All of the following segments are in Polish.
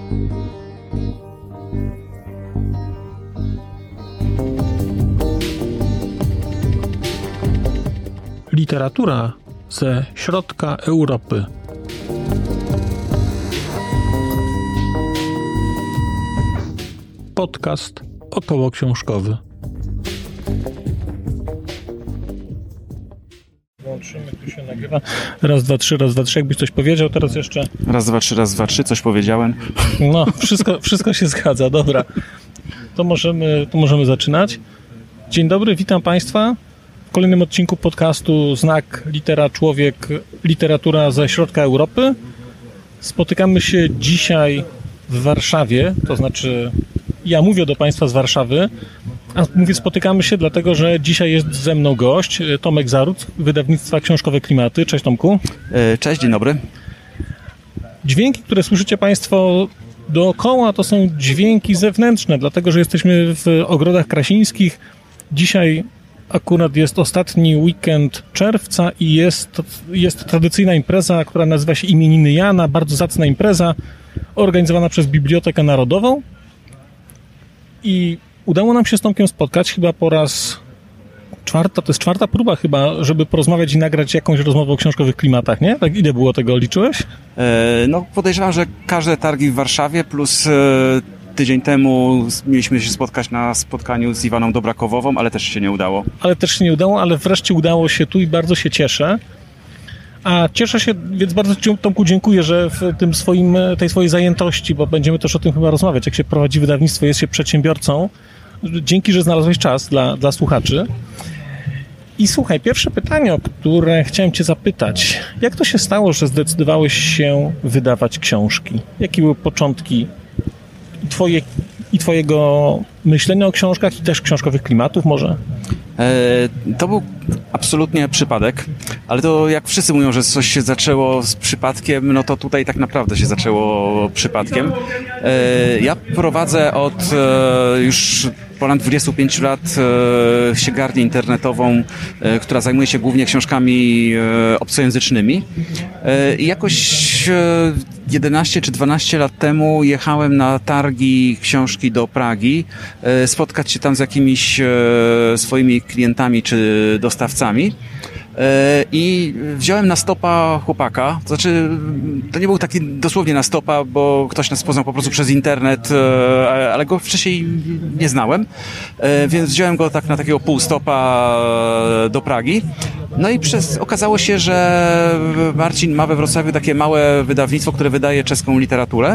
Literatura ze środka Europy. Podcast okołoksiążkowy. Włączymy, tu się nagrywa. Raz, dwa, trzy, jakbyś coś powiedział, teraz jeszcze. Raz, dwa, trzy, coś powiedziałem. No, wszystko się zgadza, dobra. To możemy zaczynać. Dzień dobry, witam Państwa w kolejnym odcinku podcastu Znak Litera Człowiek, literatura ze środka Europy. Spotykamy się dzisiaj w Warszawie, to znaczy ja mówię do Państwa z Warszawy, a mówię spotykamy się dlatego, że dzisiaj jest ze mną gość, Tomek Zaruc, wydawnictwa Książkowe Klimaty. Cześć Tomku. Cześć, dzień dobry. Dźwięki, które słyszycie Państwo dookoła, to są dźwięki zewnętrzne, dlatego że jesteśmy w Ogrodach Krasińskich. Dzisiaj akurat jest ostatni weekend czerwca i jest tradycyjna impreza, która nazywa się Imieniny Jana, bardzo zacna impreza organizowana przez Bibliotekę Narodową. I udało nam się z Tomkiem spotkać chyba po raz czwarta, to jest czwarta próba chyba, żeby porozmawiać i nagrać jakąś rozmowę o książkowych klimatach, nie? Tak, ile było tego, liczyłeś? No podejrzewam, że każde targi w Warszawie plus tydzień temu mieliśmy się spotkać na spotkaniu z Iwaną Dobrakowową, ale też się nie udało. Ale wreszcie udało się tu i bardzo się cieszę. A cieszę się, więc bardzo Ci, Tomku, dziękuję, że w tym tej swojej zajętości, bo będziemy też o tym chyba rozmawiać, jak się prowadzi wydawnictwo, jest się przedsiębiorcą. Dzięki, że znalazłeś czas dla słuchaczy. I słuchaj, pierwsze pytanie, o które chciałem Cię zapytać. Jak to się stało, że zdecydowałeś się wydawać książki? Jakie były początki Twojego myślenia o książkach i też książkowych klimatów może? To był absolutnie przypadek, ale to jak wszyscy mówią, że coś się zaczęło z przypadkiem, no to tutaj tak naprawdę się zaczęło przypadkiem. Ja prowadzę od już ponad 25 lat księgarnię internetową, która zajmuje się głównie książkami obcojęzycznymi. I jakoś 11 czy 12 lat temu jechałem na targi książki do Pragi, spotkać się tam z jakimiś swoimi klientami czy dostawcami. I wziąłem na stopa chłopaka, to znaczy to nie był taki dosłownie na stopa, bo ktoś nas poznał po prostu przez internet, ale go wcześniej nie znałem, więc wziąłem go tak na takiego pół stopa do Pragi. No i okazało się, że Marcin ma we Wrocławiu takie małe wydawnictwo, które wydaje czeską literaturę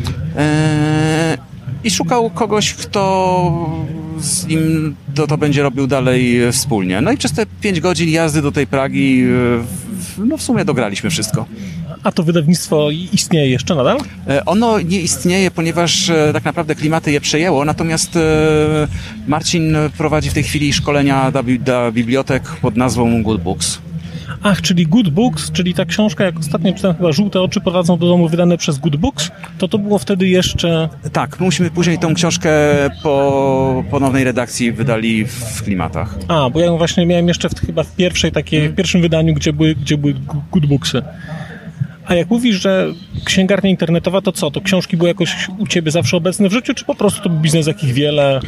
i szukał kogoś, kto z nim to będzie robił dalej wspólnie. No i przez te 5 godzin jazdy do tej Pragi no w sumie dograliśmy wszystko. A to wydawnictwo istnieje jeszcze nadal? Ono nie istnieje, ponieważ tak naprawdę Klimaty je przejęło, natomiast Marcin prowadzi w tej chwili szkolenia dla bibliotek pod nazwą Good Books. Ach, czyli Good Books, czyli ta książka, jak ostatnio czytałem, chyba Żółte oczy prowadzą do domu, wydane przez Good Books, to było wtedy jeszcze... Tak, myśmy później tą książkę po ponownej redakcji wydali w Klimatach. A, bo ja właśnie miałem jeszcze chyba w pierwszym wydaniu, gdzie były Good Booksy. A jak mówisz, że księgarnia internetowa, to co? To książki były jakoś u Ciebie zawsze obecne w życiu, czy po prostu to był biznes, jakich wiele?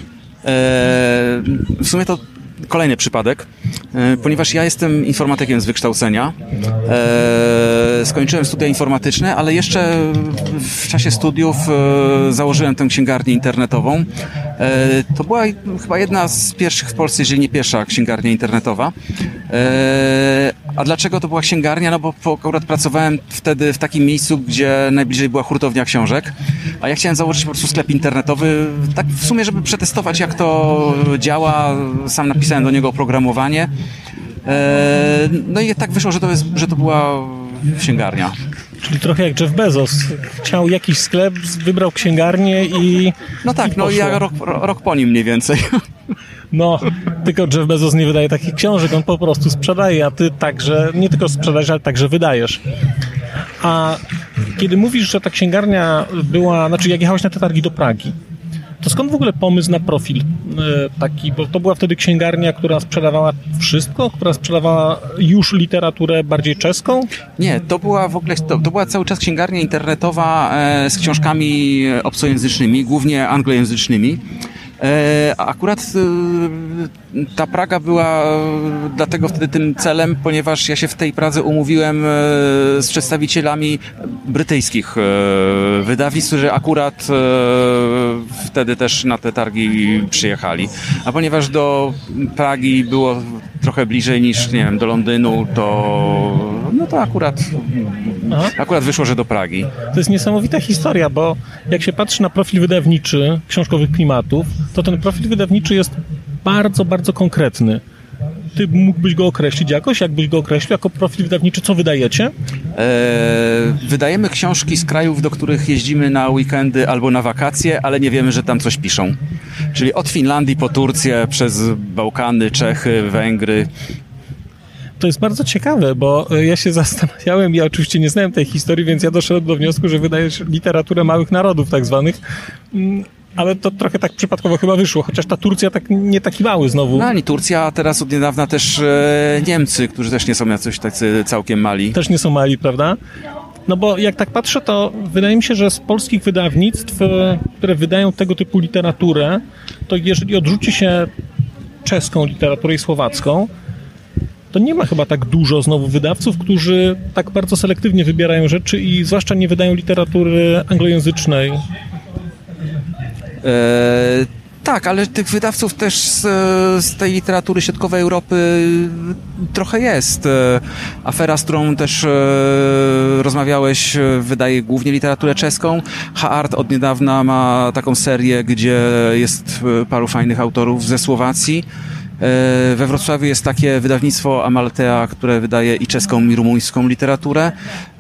W sumie to kolejny przypadek, ponieważ ja jestem informatykiem z wykształcenia. Skończyłem studia informatyczne, ale jeszcze w czasie studiów założyłem tę księgarnię internetową. To była chyba jedna z pierwszych w Polsce, jeżeli nie pierwsza księgarnia internetowa. A dlaczego to była księgarnia? No bo akurat pracowałem wtedy w takim miejscu, gdzie najbliżej była hurtownia książek, a ja chciałem założyć po prostu sklep internetowy, tak w sumie, żeby przetestować, jak to działa. Sam napisałem do niego oprogramowanie. No i tak wyszło, że to była księgarnia. Czyli trochę jak Jeff Bezos. Chciał jakiś sklep, wybrał księgarnię i... No tak, no ja rok po nim mniej więcej. No, tylko Jeff Bezos nie wydaje takich książek, on po prostu sprzedaje, a ty także, nie tylko sprzedajesz, ale także wydajesz. A kiedy mówisz, że ta księgarnia była, znaczy jak jechałeś na te targi do Pragi, To skąd w ogóle pomysł na profil taki? Bo to była wtedy księgarnia, która sprzedawała wszystko? Która sprzedawała już literaturę bardziej czeską? Nie, to była w ogóle, to była cały czas księgarnia internetowa z książkami obcojęzycznymi, głównie anglojęzycznymi. Akurat ta Praga była dlatego wtedy tym celem, ponieważ ja się w tej Pradze umówiłem z przedstawicielami brytyjskich wydawnictw, którzy akurat wtedy też na te targi przyjechali. A ponieważ do Pragi było trochę bliżej niż, nie wiem, do Londynu, to akurat wyszło, że do Pragi. To jest niesamowita historia, bo jak się patrzy na profil wydawniczy książkowych klimatów, to ten profil wydawniczy jest bardzo, bardzo konkretny. Ty mógłbyś go określić jakoś? Jakbyś go określił jako profil wydawniczy? Co wydajecie? Wydajemy książki z krajów, do których jeździmy na weekendy albo na wakacje, ale nie wiemy, że tam coś piszą. Czyli od Finlandii po Turcję, przez Bałkany, Czechy, Węgry. To jest bardzo ciekawe, bo ja się zastanawiałem, ja oczywiście nie znałem tej historii, więc ja doszedłem do wniosku, że wydajesz literaturę małych narodów tak zwanych, ale to trochę tak przypadkowo chyba wyszło, chociaż ta Turcja tak nie taki mały znowu. No ani Turcja, a teraz od niedawna też Niemcy, którzy też nie są jakoś tacy całkiem mali. Też nie są mali, prawda? No bo jak tak patrzę, to wydaje mi się, że z polskich wydawnictw, które wydają tego typu literaturę, to jeżeli odrzuci się czeską literaturę i słowacką, to nie ma chyba tak dużo znowu wydawców, którzy tak bardzo selektywnie wybierają rzeczy i zwłaszcza nie wydają literatury anglojęzycznej. Tak, ale tych wydawców też z tej literatury środkowej Europy trochę jest. Afera, z którą też rozmawiałeś, wydaje głównie literaturę czeską. H-Art od niedawna ma taką serię, gdzie jest paru fajnych autorów ze Słowacji. We Wrocławiu jest takie wydawnictwo Amaltea, które wydaje i czeską, i rumuńską literaturę.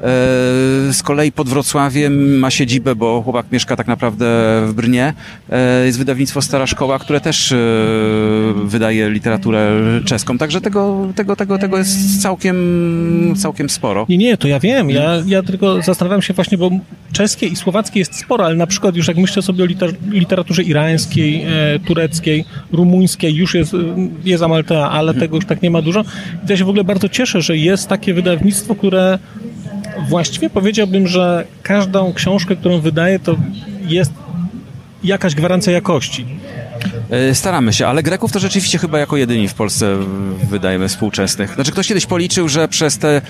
Z kolei pod Wrocławiem ma siedzibę, bo chłopak mieszka tak naprawdę w Brnie. Jest wydawnictwo Stara Szkoła, które też wydaje literaturę czeską. Także tego jest całkiem sporo. Nie, to ja wiem. Ja tylko zastanawiam się właśnie, bo czeskie i słowackie jest sporo, ale na przykład już jak myślę sobie o literaturze irańskiej, tureckiej, rumuńskiej, już jest Amaltea, ale tego już tak nie ma dużo. I ja się w ogóle bardzo cieszę, że jest takie wydawnictwo, które właściwie powiedziałbym, że każdą książkę, którą wydaje, to jest jakaś gwarancja jakości. Staramy się, ale Greków to rzeczywiście chyba jako jedyni w Polsce wydajemy współczesnych. Znaczy ktoś kiedyś policzył, że przez te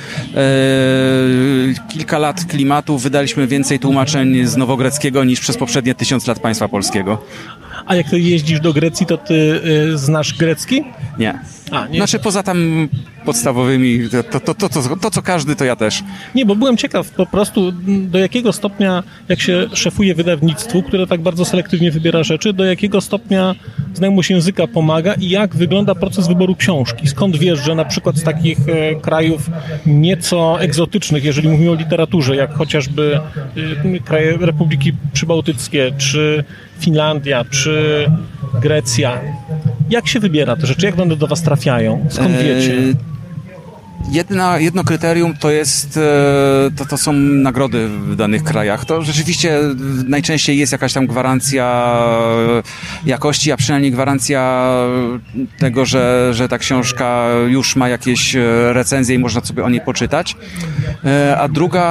kilka lat klimatu wydaliśmy więcej tłumaczeń z nowogreckiego niż przez poprzednie 1000 lat państwa polskiego. A jak ty jeździsz do Grecji, to ty znasz grecki? Nie. Nie. Znaczy poza tam podstawowymi, to co każdy, to ja też. Nie, bo byłem ciekaw po prostu do jakiego stopnia, jak się szefuje wydawnictwu, które tak bardzo selektywnie wybiera rzeczy, do jakiego stopnia znajomość języka pomaga i jak wygląda proces wyboru książki. Skąd wiesz, że na przykład z takich krajów nieco egzotycznych, jeżeli mówimy o literaturze, jak chociażby kraje Republiki Przybałtyckie, czy Finlandia, czy Grecja, jak się wybiera te rzeczy? Jak one do was trafiają? Skąd wiecie? Jedno kryterium to jest, to są nagrody w danych krajach. To rzeczywiście najczęściej jest jakaś tam gwarancja jakości, a przynajmniej gwarancja tego, że ta książka już ma jakieś recenzje i można sobie o niej poczytać. A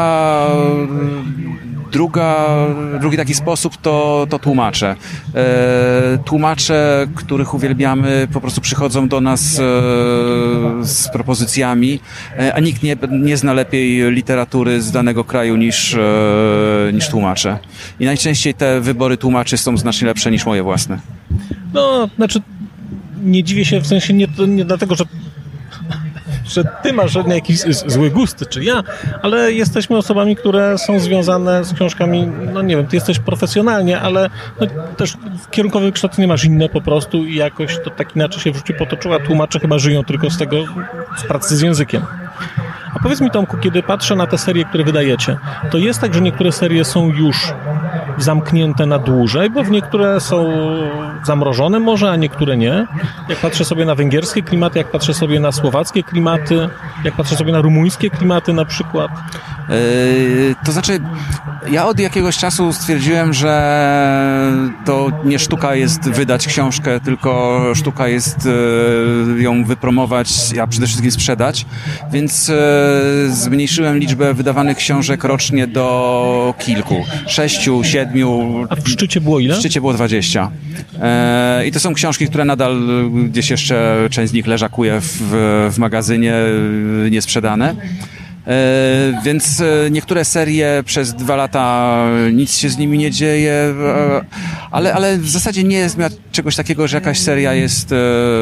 drugi taki sposób to tłumacze. Tłumacze, których uwielbiamy, po prostu przychodzą do nas z propozycjami, a nikt nie zna lepiej literatury z danego kraju niż tłumacze. I najczęściej te wybory tłumaczy są znacznie lepsze niż moje własne. No, znaczy nie dziwię się, w sensie nie dlatego, że ty masz jakiś zły gust, czy ja, ale jesteśmy osobami, które są związane z książkami, no nie wiem, ty jesteś profesjonalnie, ale no, też kierunkowe wykształcenie masz inne po prostu i jakoś to tak inaczej się w życiu potoczyło, a tłumacze chyba żyją tylko z pracy z językiem. A powiedz mi, Tomku, kiedy patrzę na te serie, które wydajecie, to jest tak, że niektóre serie są już zamknięte na dłużej, bo w niektóre są zamrożone może, a niektóre nie. Jak patrzę sobie na węgierskie klimaty, jak patrzę sobie na słowackie klimaty, jak patrzę sobie na rumuńskie klimaty na przykład. To znaczy, ja od jakiegoś czasu stwierdziłem, że to nie sztuka jest wydać książkę, tylko sztuka jest ją wypromować, a przede wszystkim sprzedać, więc zmniejszyłem liczbę wydawanych książek rocznie do kilku. 6, 7. A w szczycie było ile? W szczycie było 20. I to są książki, które nadal gdzieś jeszcze część z nich leżakuje w magazynie, niesprzedane. Więc niektóre serie przez 2 lata nic się z nimi nie dzieje, ale w zasadzie nie jest czegoś takiego, że jakaś seria jest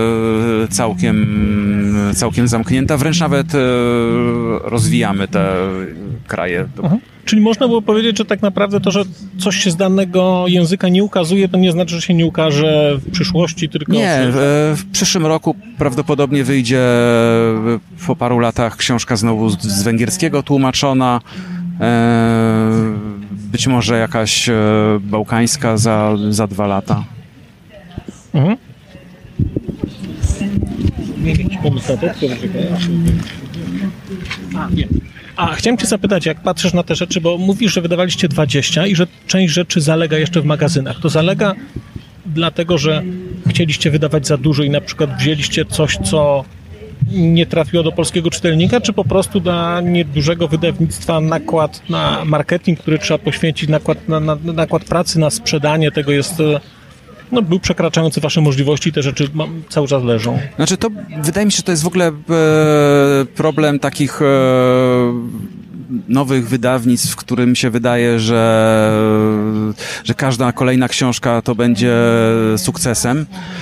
całkiem zamknięta, wręcz nawet rozwijamy te kraje. Czyli można było powiedzieć, że tak naprawdę to, że coś się z danego języka nie ukazuje, to nie znaczy, że się nie ukaże w przyszłości, tylko... Nie, w przyszłym roku prawdopodobnie wyjdzie po paru latach książka znowu z węgierskiego tłumaczona, być może jakaś bałkańska za 2 lata. Nie wiem, jakiś pomysł na to, A chciałem cię zapytać, jak patrzysz na te rzeczy, bo mówisz, że wydawaliście 20 i że część rzeczy zalega jeszcze w magazynach. To zalega dlatego, że chcieliście wydawać za dużo i na przykład wzięliście coś, co nie trafiło do polskiego czytelnika, czy po prostu dla niedużego wydawnictwa nakład na marketing, który trzeba poświęcić, nakład pracy na sprzedanie tego jest... był przekraczający wasze możliwości i te rzeczy cały czas leżą. Znaczy to, wydaje mi się, że to jest w ogóle problem takich nowych wydawnictw, w którym się wydaje, że każda kolejna książka to będzie sukcesem.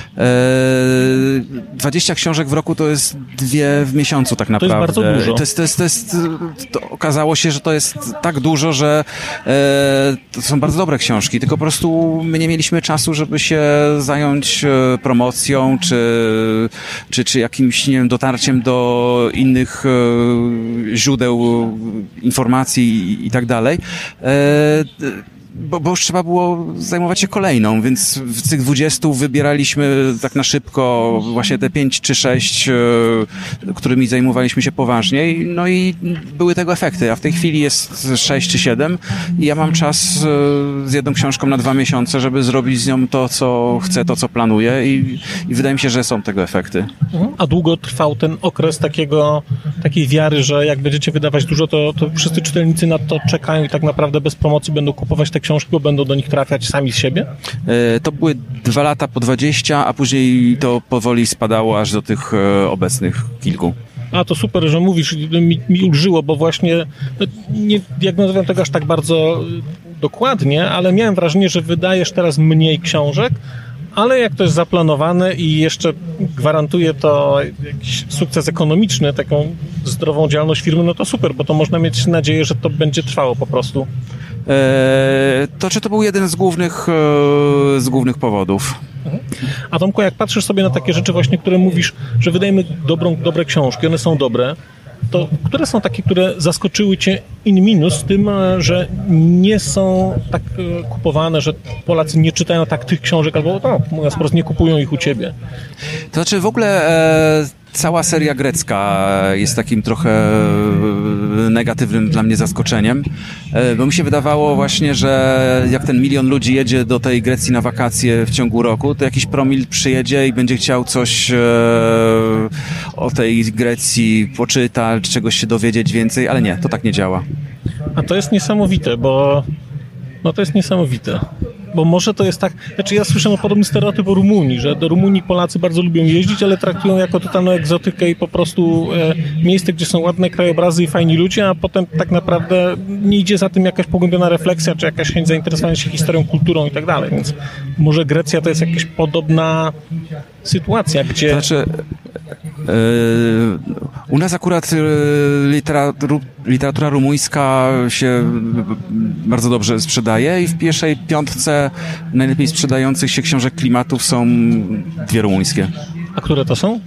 20 książek w roku to jest 2 w miesiącu tak naprawdę. To jest bardzo dużo. To okazało się, że to jest tak dużo, że to są bardzo dobre książki, tylko po prostu my nie mieliśmy czasu, żeby się zająć promocją, czy jakimś, nie wiem, dotarciem do innych źródeł informacji i tak dalej. Bo już trzeba było zajmować się kolejną, więc z tych 20 wybieraliśmy tak na szybko właśnie te 5 czy 6, którymi zajmowaliśmy się poważniej, no i były tego efekty, a w tej chwili jest 6 czy 7 i ja mam czas z jedną książką na 2 miesiące, żeby zrobić z nią to, co chcę, to, co planuję i wydaje mi się, że są tego efekty. A długo trwał ten okres takiej wiary, że jak będziecie wydawać dużo, to wszyscy czytelnicy na to czekają i tak naprawdę bez promocji będą kupować te książki, bo będą do nich trafiać sami z siebie? To były 2 lata po 20, a później to powoli spadało aż do tych obecnych kilku. A to super, że mówisz, mi ulżyło, bo właśnie nie diagnozowałem tego aż tak bardzo dokładnie, ale miałem wrażenie, że wydajesz teraz mniej książek, ale jak to jest zaplanowane i jeszcze gwarantuje to jakiś sukces ekonomiczny, taką zdrową działalność firmy, no to super, bo to można mieć nadzieję, że to będzie trwało po prostu. To był jeden z głównych powodów. A Tomku, jak patrzysz sobie na takie rzeczy właśnie, które mówisz, że wydajemy dobre książki, one są dobre, to które są takie, które zaskoczyły cię in minus tym, że nie są tak kupowane, że Polacy nie czytają tak tych książek, albo mówiąc po prostu nie kupują ich u ciebie? To znaczy w ogóle cała seria grecka jest takim trochę negatywnym dla mnie zaskoczeniem, bo mi się wydawało właśnie, że jak ten 1 milion ludzi jedzie do tej Grecji na wakacje w ciągu roku, to jakiś promil przyjedzie i będzie chciał coś o tej Grecji poczytać, czegoś się dowiedzieć więcej, ale nie, to tak nie działa. A to jest niesamowite, bo Bo może to jest tak, znaczy ja słyszę o podobny stereotyp o Rumunii, że do Rumunii Polacy bardzo lubią jeździć, ale traktują jako totalną egzotykę i po prostu miejsce, gdzie są ładne krajobrazy i fajni ludzie, a potem tak naprawdę nie idzie za tym jakaś pogłębiona refleksja, czy jakaś chęć zainteresowania się historią, kulturą i tak dalej, więc może Grecja to jest jakaś podobna sytuacja, gdzie... Znaczy, u nas akurat literatura rumuńska się bardzo dobrze sprzedaje i w pierwszej 5 najlepiej sprzedających się książek klimatów są 2 rumuńskie. A które to są?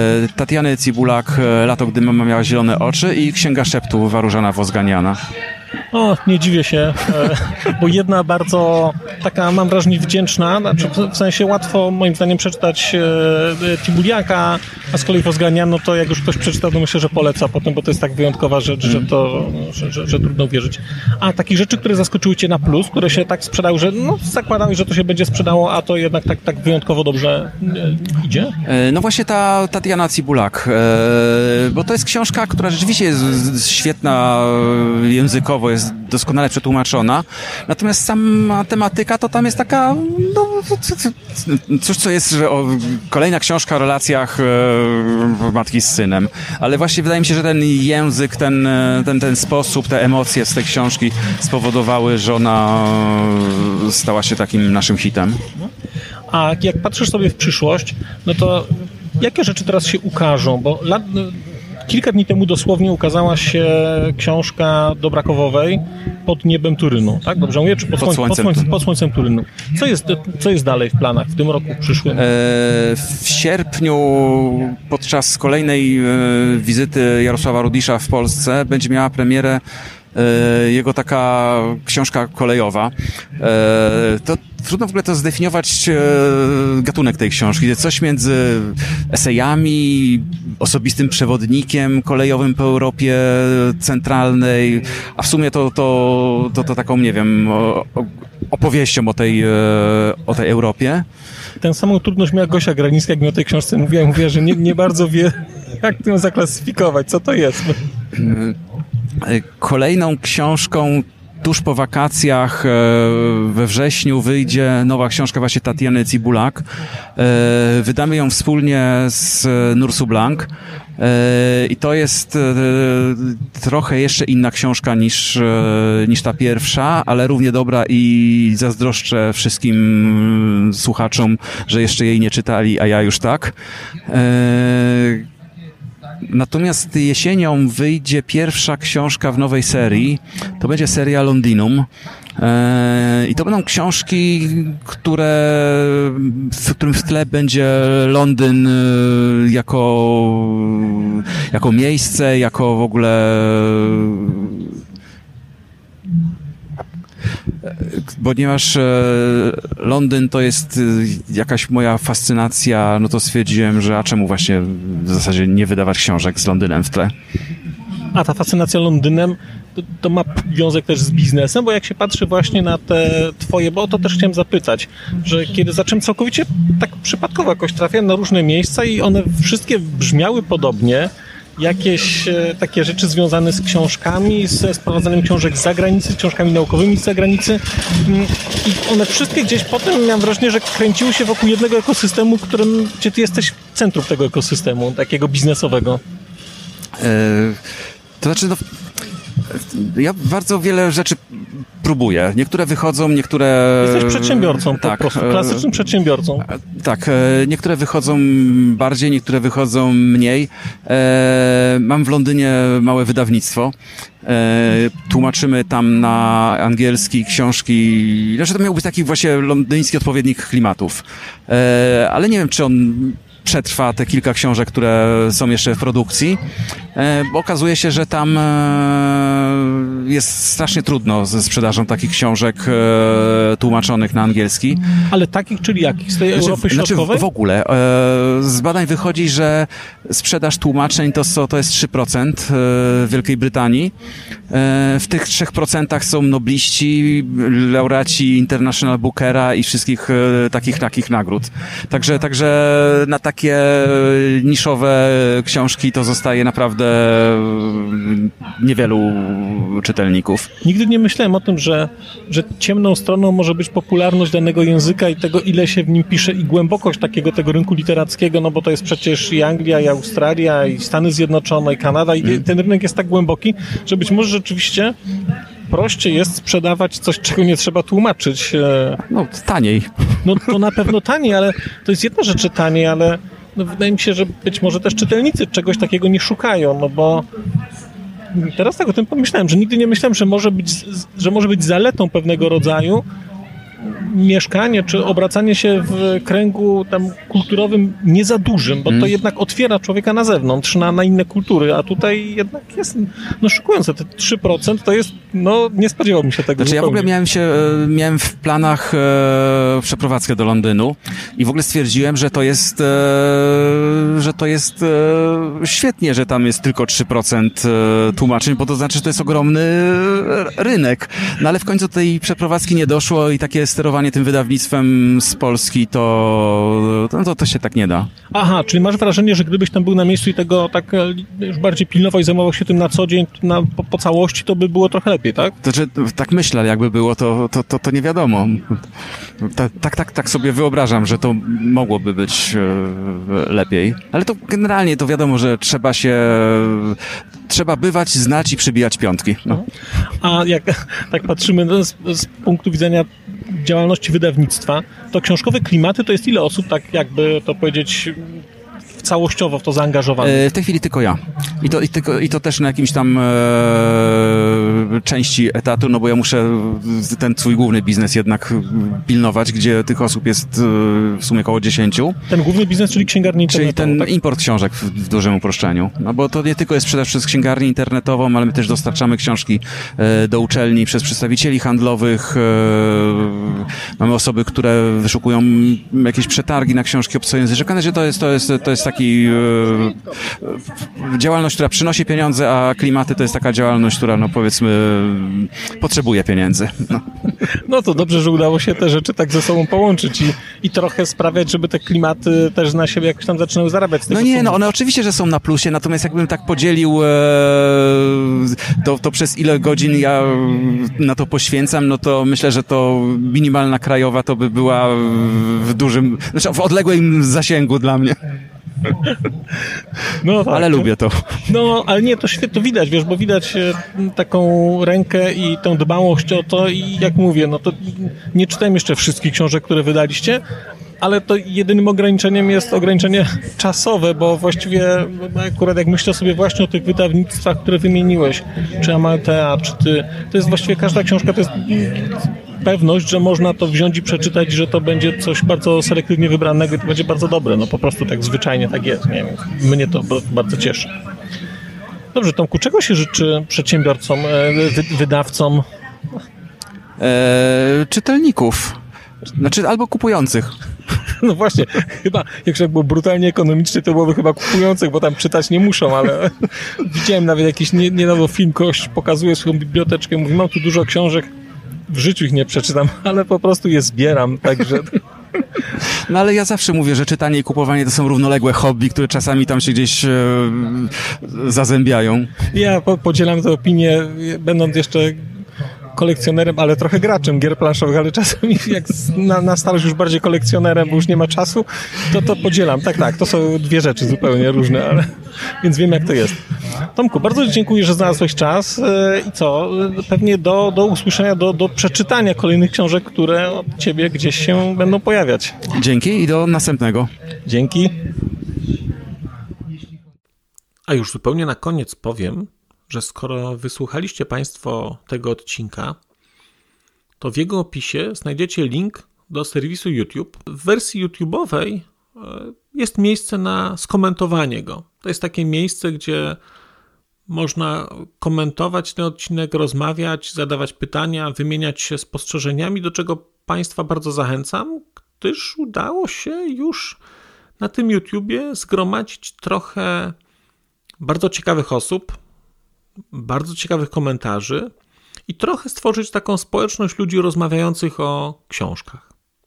Tatiany Cibulak, Lato, gdy mama miała zielone oczy i Księga szeptu Warużana Wozganiana. O, nie dziwię się, bo jedna bardzo taka, mam wrażenie, wdzięczna, znaczy w sensie łatwo moim zdaniem przeczytać Tibuliaka, a z kolei Fosgania, no to jak już ktoś przeczytał, to myślę, że poleca potem, bo to jest tak wyjątkowa rzecz, że trudno wierzyć. A takich rzeczy, które zaskoczyły cię na plus, które się tak sprzedały, że no zakładałeś, że to się będzie sprzedało, a to jednak tak wyjątkowo dobrze idzie? No właśnie ta Tatiana Cibulak, bo to jest książka, która rzeczywiście jest świetna językowo, jest doskonale przetłumaczona, natomiast sama tematyka to tam jest taka, no coś co jest, że kolejna książka o relacjach matki z synem, ale właśnie wydaje mi się, że ten język, ten sposób, te emocje z tej książki spowodowały, że ona stała się takim naszym hitem. A jak patrzysz sobie w przyszłość, no to jakie rzeczy teraz się ukażą? Bo kilka dni temu dosłownie ukazała się książka Dobrakowowej Pod niebem Turynu, tak? Dobrze mówię? Czy pod słońcem Turynu. Co jest dalej w planach w tym roku, w przyszłym? W sierpniu podczas kolejnej wizyty Jarosława Rudisza w Polsce będzie miała premierę jego taka książka kolejowa. To trudno w ogóle to zdefiniować gatunek tej książki. Coś między esejami, osobistym przewodnikiem kolejowym po Europie centralnej, a w sumie to taką, nie wiem, opowieścią o tej Europie. Tę samą trudność miała Gosia Granińska, jak mi o tej książce mówiła, że nie bardzo wie, jak ją zaklasyfikować, co to jest. Kolejną książką tuż po wakacjach we wrześniu wyjdzie nowa książka właśnie Tatiany Cibulak. Wydamy ją wspólnie z Nursu Blanc. I to jest trochę jeszcze inna książka niż ta pierwsza, ale równie dobra i zazdroszczę wszystkim słuchaczom, że jeszcze jej nie czytali, a ja już tak. Natomiast jesienią wyjdzie pierwsza książka w nowej serii. To będzie seria Londynum. I to będą książki, w którym w tle będzie Londyn jako miejsce, jako w ogóle... Ponieważ Londyn to jest jakaś moja fascynacja, no to stwierdziłem, że a czemu właśnie w zasadzie nie wydawać książek z Londynem w tle? A ta fascynacja Londynem to ma związek też z biznesem, bo jak się patrzy właśnie na te twoje, bo o to też chciałem zapytać, że kiedy zacząłem całkowicie tak przypadkowo jakoś trafiałem na różne miejsca i one wszystkie brzmiały podobnie, jakieś takie rzeczy związane z książkami, ze sprowadzaniem książek z zagranicy, książkami naukowymi z zagranicy i one wszystkie gdzieś potem miałem wrażenie, że kręciły się wokół jednego ekosystemu, gdzie ty jesteś w centrum tego ekosystemu, takiego biznesowego. To znaczy, ja bardzo wiele rzeczy próbuję. Niektóre wychodzą, niektóre... Jesteś przedsiębiorcą, tak, po prostu, klasycznym przedsiębiorcą. Tak, niektóre wychodzą bardziej, niektóre wychodzą mniej. Mam w Londynie małe wydawnictwo. Tłumaczymy tam na angielski książki. Znaczy to miał być taki właśnie londyński odpowiednik klimatów. Ale nie wiem, czy on przetrwa te kilka książek, które są jeszcze w produkcji, bo okazuje się, że tam jest strasznie trudno ze sprzedażą takich książek tłumaczonych na angielski. Ale takich, czyli jakich? Z tej Europy Środkowej? W ogóle. Z badań wychodzi, że sprzedaż tłumaczeń to jest 3% w Wielkiej Brytanii. W tych 3% są nobliści, laureaci International Bookera i wszystkich takich nagród. Także na takie niszowe książki to zostaje naprawdę niewielu czytelników. Nigdy nie myślałem o tym, że ciemną stroną może być popularność danego języka i tego, ile się w nim pisze i głębokość tego rynku literackiego, no bo to jest przecież i Anglia, i Australia, i Stany Zjednoczone, i Kanada i ten rynek jest tak głęboki, że być może rzeczywiście prościej jest sprzedawać coś, czego nie trzeba tłumaczyć. No, taniej. No to na pewno taniej, ale to jest jedna rzecz, że taniej, ale no, wydaje mi się, że być może też czytelnicy czegoś takiego nie szukają, no bo teraz tak o tym pomyślałem, że nigdy nie myślałem, że może być zaletą pewnego rodzaju mieszkanie, czy obracanie się w kręgu tam kulturowym nie za dużym, bo to jednak otwiera człowieka na zewnątrz, na inne kultury, a tutaj jednak jest szokujące. Te 3% to jest, nie spodziewałbym się tego. Znaczy, ja w ogóle miałem w planach przeprowadzkę do Londynu i w ogóle stwierdziłem, że to jest świetnie, że tam jest tylko 3% tłumaczeń, bo to znaczy, że to jest ogromny rynek. No ale w końcu tej przeprowadzki nie doszło i takie sterowanie tym wydawnictwem z Polski to się tak nie da. Aha, czyli masz wrażenie, że gdybyś tam był na miejscu i tego tak już bardziej pilnował i zajmował się tym na co dzień, po całości, to by było trochę lepiej, tak? Znaczy, tak myślę, ale jakby było, to nie wiadomo. Tak sobie wyobrażam, że to mogłoby być lepiej. Ale to generalnie to wiadomo, że trzeba bywać, znać i przybijać piątki. No. A jak tak patrzymy z punktu widzenia działalności wydawnictwa, to książkowe klimaty to jest ile osób, tak jakby to powiedzieć, całościowo w to zaangażowanych? W tej chwili tylko ja. I to też na jakimś tam części etatu, no bo ja muszę ten swój główny biznes jednak pilnować, gdzie tych osób jest w sumie około 10. Ten główny biznes, czyli księgarnia internetową. Czyli ten tak? import książek w dużym uproszczeniu. No bo to nie tylko jest sprzedaż przez księgarnię internetową, ale my też dostarczamy książki do uczelni przez przedstawicieli handlowych. Mamy osoby, które wyszukują jakieś przetargi na książki obcojęzyczne. To jest taki działalność, która przynosi pieniądze, a klimaty to jest taka działalność, która, no powiedzmy, potrzebuje pieniędzy. No to dobrze, że udało się te rzeczy tak ze sobą połączyć i trochę sprawiać, żeby te klimaty też na siebie jakoś tam zaczynały zarabiać. No nie, one oczywiście, że są na plusie, natomiast jakbym tak podzielił to przez ile godzin ja na to poświęcam, no to myślę, że to minimalna krajowa to by była w odległym zasięgu dla mnie. No tak, ale lubię to. No, ale nie, to świetnie to widać, wiesz, bo widać taką rękę i tą dbałość o to i jak mówię, no to nie czytałem jeszcze wszystkich książek, które wydaliście, ale to jedynym ograniczeniem jest ograniczenie czasowe, bo właściwie akurat jak myślę sobie właśnie o tych wydawnictwach, które wymieniłeś, czy Amaltea, czy ty, to jest właściwie każda książka, to jest pewność, że można to wziąć i przeczytać, że to będzie coś bardzo selektywnie wybranego i to będzie bardzo dobre. No po prostu tak zwyczajnie tak jest. Nie wiem, mnie to bardzo cieszy. Dobrze, Tomku, czego się życzy przedsiębiorcom, wydawcom? Czytelników. Znaczy, albo kupujących. No właśnie, chyba, jak było brutalnie ekonomicznie, to byłoby chyba kupujących, bo tam czytać nie muszą, ale widziałem nawet jakiś niedawno film, ktoś pokazuje swoją biblioteczkę, mówi, mam tu dużo książek, w życiu ich nie przeczytam, ale po prostu je zbieram, także... No ale ja zawsze mówię, że czytanie i kupowanie to są równoległe hobby, które czasami tam się gdzieś zazębiają. Ja podzielam tę opinię, będąc jeszcze kolekcjonerem, ale trochę graczem gier planszowych, ale czasami jak na starość już bardziej kolekcjonerem, bo już nie ma czasu, to podzielam. Tak, to są dwie rzeczy zupełnie różne, ale więc wiem jak to jest. Tomku, bardzo dziękuję, że znalazłeś czas i co? Pewnie do usłyszenia, do przeczytania kolejnych książek, które od ciebie gdzieś się będą pojawiać. Dzięki i do następnego. Dzięki. A już zupełnie na koniec powiem, że skoro wysłuchaliście Państwo tego odcinka, to w jego opisie znajdziecie link do serwisu YouTube. W wersji YouTube'owej jest miejsce na skomentowanie go. To jest takie miejsce, gdzie można komentować ten odcinek, rozmawiać, zadawać pytania, wymieniać się spostrzeżeniami, do czego Państwa bardzo zachęcam, gdyż udało się już na tym YouTubie zgromadzić trochę bardzo ciekawych osób, bardzo ciekawych komentarzy i trochę stworzyć taką społeczność ludzi rozmawiających o książkach.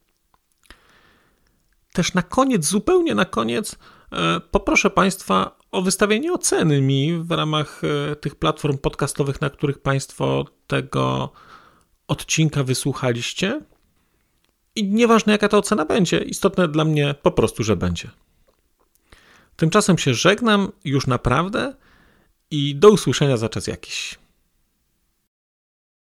Też na koniec, zupełnie na koniec, poproszę Państwa o wystawienie oceny mi w ramach tych platform podcastowych, na których Państwo tego odcinka wysłuchaliście. I nieważne jaka ta ocena będzie, istotne dla mnie po prostu, że będzie. Tymczasem się żegnam już naprawdę i do usłyszenia za czas jakiś.